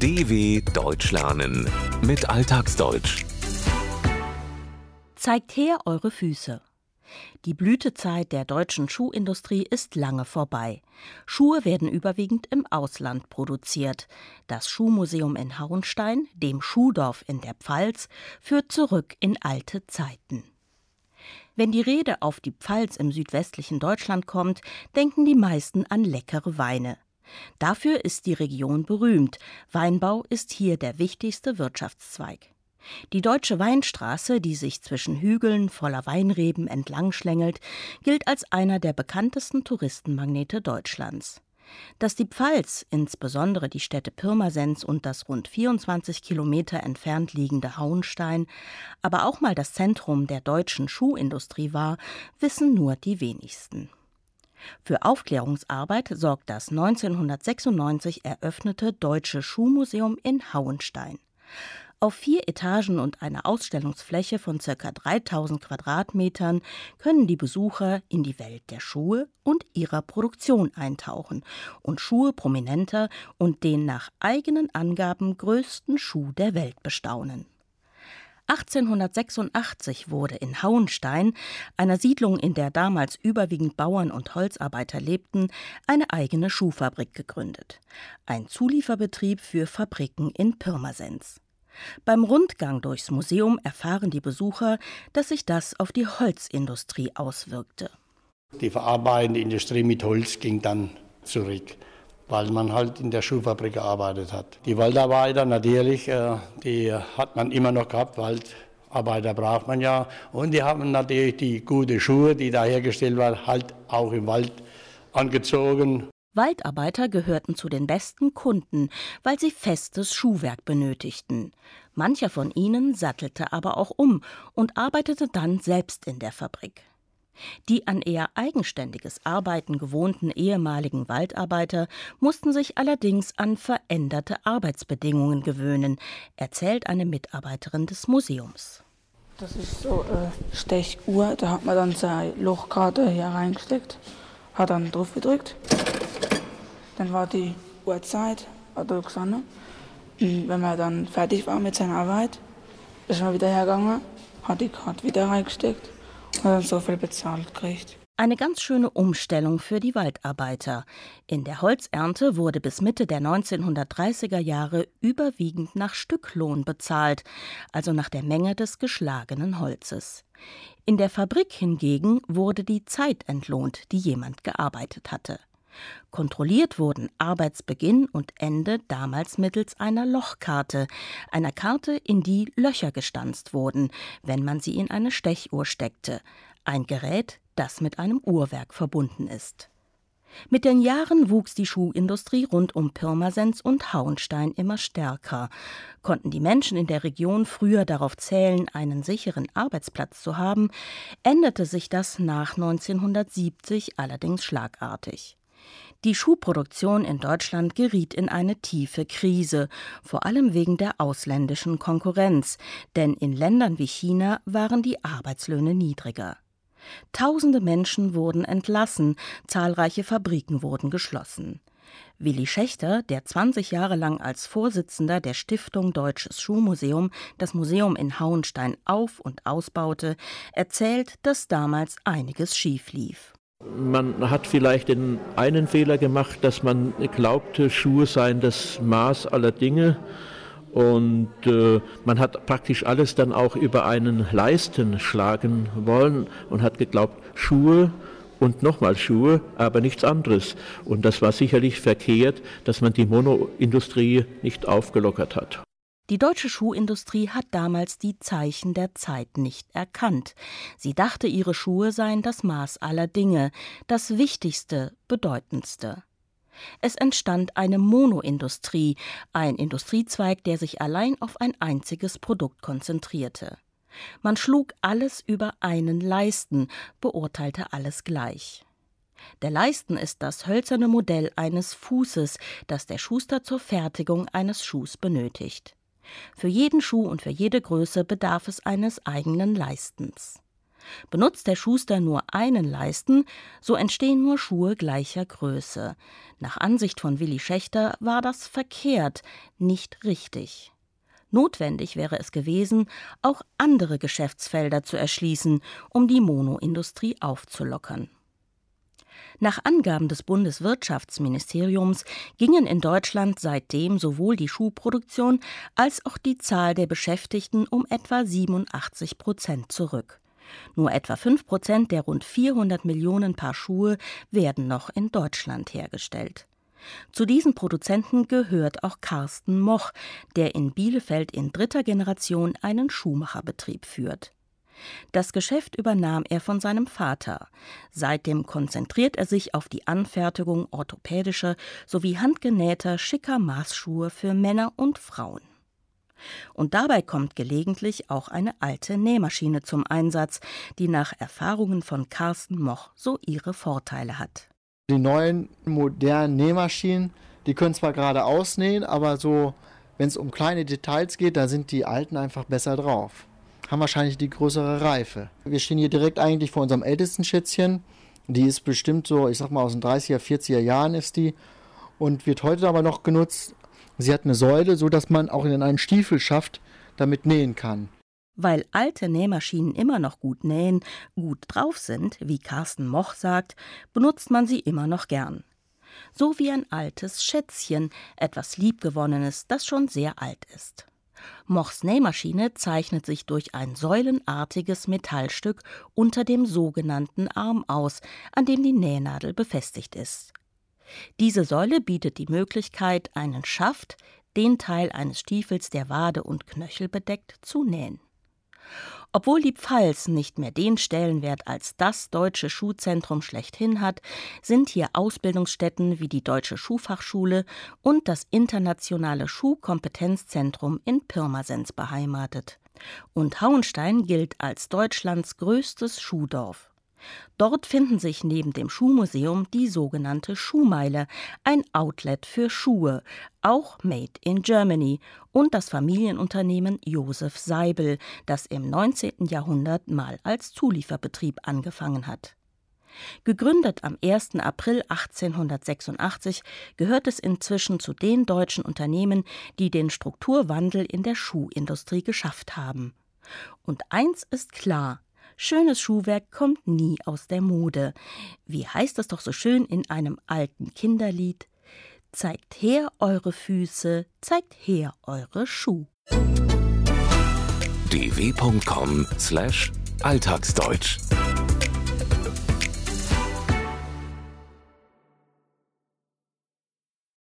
DW Deutsch lernen mit Alltagsdeutsch. Zeigt her eure Füße. Die Blütezeit der deutschen Schuhindustrie ist lange vorbei. Schuhe werden überwiegend im Ausland produziert. Das Schuhmuseum in Hauenstein, dem Schuhdorf in der Pfalz, führt zurück in alte Zeiten. Wenn die Rede auf die Pfalz im südwestlichen Deutschland kommt, denken die meisten an leckere Weine. Dafür ist die Region berühmt. Weinbau ist hier der wichtigste Wirtschaftszweig. Die Deutsche Weinstraße, die sich zwischen Hügeln voller Weinreben entlangschlängelt, gilt als einer der bekanntesten Touristenmagnete Deutschlands. Dass die Pfalz, insbesondere die Städte Pirmasens und das rund 24 Kilometer entfernt liegende Hauenstein, aber auch mal das Zentrum der deutschen Schuhindustrie war, wissen nur die wenigsten. Für Aufklärungsarbeit sorgt das 1996 eröffnete Deutsche Schuhmuseum in Hauenstein. Auf 4 Etagen und einer Ausstellungsfläche von ca. 3000 Quadratmetern können die Besucher in die Welt der Schuhe und ihrer Produktion eintauchen und Schuhe prominenter und den nach eigenen Angaben größten Schuh der Welt bestaunen. 1886 wurde in Hauenstein, einer Siedlung, in der damals überwiegend Bauern und Holzarbeiter lebten, eine eigene Schuhfabrik gegründet. Ein Zulieferbetrieb für Fabriken in Pirmasens. Beim Rundgang durchs Museum erfahren die Besucher, dass sich das auf die Holzindustrie auswirkte. Die verarbeitende Industrie mit Holz ging dann zurück, weil man halt in der Schuhfabrik gearbeitet hat. Die Waldarbeiter natürlich, die hat man immer noch gehabt, Waldarbeiter braucht man ja. Und die haben natürlich die guten Schuhe, die da hergestellt waren, halt auch im Wald angezogen. Waldarbeiter gehörten zu den besten Kunden, weil sie festes Schuhwerk benötigten. Mancher von ihnen sattelte aber auch um und arbeitete dann selbst in der Fabrik. Die an eher eigenständiges Arbeiten gewohnten ehemaligen Waldarbeiter mussten sich allerdings an veränderte Arbeitsbedingungen gewöhnen, erzählt eine Mitarbeiterin des Museums. Das ist so eine Stechuhr, da hat man dann seine Lochkarte hier reingesteckt, hat dann drauf gedrückt. Dann war die Uhrzeit, hat er gesagt. Und wenn man dann fertig war mit seiner Arbeit, ist man wieder hergegangen, hat die Karte wieder reingesteckt und hat dann so viel bezahlt gekriegt. Eine ganz schöne Umstellung für die Waldarbeiter. In der Holzernte wurde bis Mitte der 1930er Jahre überwiegend nach Stücklohn bezahlt, also nach der Menge des geschlagenen Holzes. In der Fabrik hingegen wurde die Zeit entlohnt, die jemand gearbeitet hatte. Kontrolliert wurden Arbeitsbeginn und Ende damals mittels einer Lochkarte, einer Karte, in die Löcher gestanzt wurden, wenn man sie in eine Stechuhr steckte, ein Gerät, das mit einem Uhrwerk verbunden ist. Mit den Jahren wuchs die Schuhindustrie rund um Pirmasens und Hauenstein immer stärker. Konnten die Menschen in der Region früher darauf zählen, einen sicheren Arbeitsplatz zu haben, änderte sich das nach 1970 allerdings schlagartig. Die Schuhproduktion in Deutschland geriet in eine tiefe Krise, vor allem wegen der ausländischen Konkurrenz, denn in Ländern wie China waren die Arbeitslöhne niedriger. Tausende Menschen wurden entlassen, zahlreiche Fabriken wurden geschlossen. Willi Schächter, der 20 Jahre lang als Vorsitzender der Stiftung Deutsches Schuhmuseum das Museum in Hauenstein auf- und ausbaute, erzählt, dass damals einiges schief lief. Man hat vielleicht den einen Fehler gemacht, dass man glaubte, Schuhe seien das Maß aller Dinge. Und man hat praktisch alles dann auch über einen Leisten schlagen wollen und hat geglaubt, Schuhe und nochmal Schuhe, aber nichts anderes. Und das war sicherlich verkehrt, dass man die Monoindustrie nicht aufgelockert hat. Die deutsche Schuhindustrie hat damals die Zeichen der Zeit nicht erkannt. Sie dachte, ihre Schuhe seien das Maß aller Dinge, das Wichtigste, Bedeutendste. Es entstand eine Monoindustrie, ein Industriezweig, der sich allein auf ein einziges Produkt konzentrierte. Man schlug alles über einen Leisten, beurteilte alles gleich. Der Leisten ist das hölzerne Modell eines Fußes, das der Schuster zur Fertigung eines Schuhs benötigt. Für jeden Schuh und für jede Größe bedarf es eines eigenen Leistens. Benutzt der Schuster nur einen Leisten, so entstehen nur Schuhe gleicher Größe. Nach Ansicht von Willi Schächter war das verkehrt, nicht richtig. Notwendig wäre es gewesen, auch andere Geschäftsfelder zu erschließen, um die Monoindustrie aufzulockern. Nach Angaben des Bundeswirtschaftsministeriums gingen in Deutschland seitdem sowohl die Schuhproduktion als auch die Zahl der Beschäftigten um etwa 87% zurück. Nur etwa 5% der rund 400 Millionen Paar Schuhe werden noch in Deutschland hergestellt. Zu diesen Produzenten gehört auch Carsten Moch, der in Bielefeld in 3. Generation einen Schuhmacherbetrieb führt. Das Geschäft übernahm er von seinem Vater. Seitdem konzentriert er sich auf die Anfertigung orthopädischer sowie handgenähter, schicker Maßschuhe für Männer und Frauen. Und dabei kommt gelegentlich auch eine alte Nähmaschine zum Einsatz, die nach Erfahrungen von Carsten Moch so ihre Vorteile hat. Die neuen modernen Nähmaschinen, die können zwar gerade ausnähen, aber so, wenn es um kleine Details geht, da sind die alten einfach besser drauf. Haben wahrscheinlich die größere Reife. Wir stehen hier direkt eigentlich vor unserem ältesten Schätzchen. Die ist bestimmt so, ich sag mal aus den 30er, 40er Jahren ist die und wird heute aber noch genutzt. Sie hat eine Säule, sodass man auch in einen Stiefelschaft damit nähen kann. Weil alte Nähmaschinen immer noch gut nähen, gut drauf sind, wie Carsten Moch sagt, benutzt man sie immer noch gern. So wie ein altes Schätzchen, etwas Liebgewonnenes, das schon sehr alt ist. Mochs Nähmaschine zeichnet sich durch ein säulenartiges Metallstück unter dem sogenannten Arm aus, an dem die Nähnadel befestigt ist. Diese Säule bietet die Möglichkeit, einen Schaft, den Teil eines Stiefels, der Wade und Knöchel bedeckt, zu nähen. Obwohl die Pfalz nicht mehr den Stellenwert als das deutsche Schuhzentrum schlechthin hat, sind hier Ausbildungsstätten wie die Deutsche Schuhfachschule und das Internationale Schuhkompetenzzentrum in Pirmasens beheimatet. Und Hauenstein gilt als Deutschlands größtes Schuhdorf. Dort finden sich neben dem Schuhmuseum die sogenannte Schuhmeile, ein Outlet für Schuhe, auch Made in Germany, und das Familienunternehmen Josef Seibel, das im 19. Jahrhundert mal als Zulieferbetrieb angefangen hat. Gegründet am 1. April 1886 gehört es inzwischen zu den deutschen Unternehmen, die den Strukturwandel in der Schuhindustrie geschafft haben. Und eins ist klar: Schönes Schuhwerk kommt nie aus der Mode. Wie heißt es doch so schön in einem alten Kinderlied? Zeigt her eure Füße, zeigt her eure Schuh. dw.com/alltagsdeutsch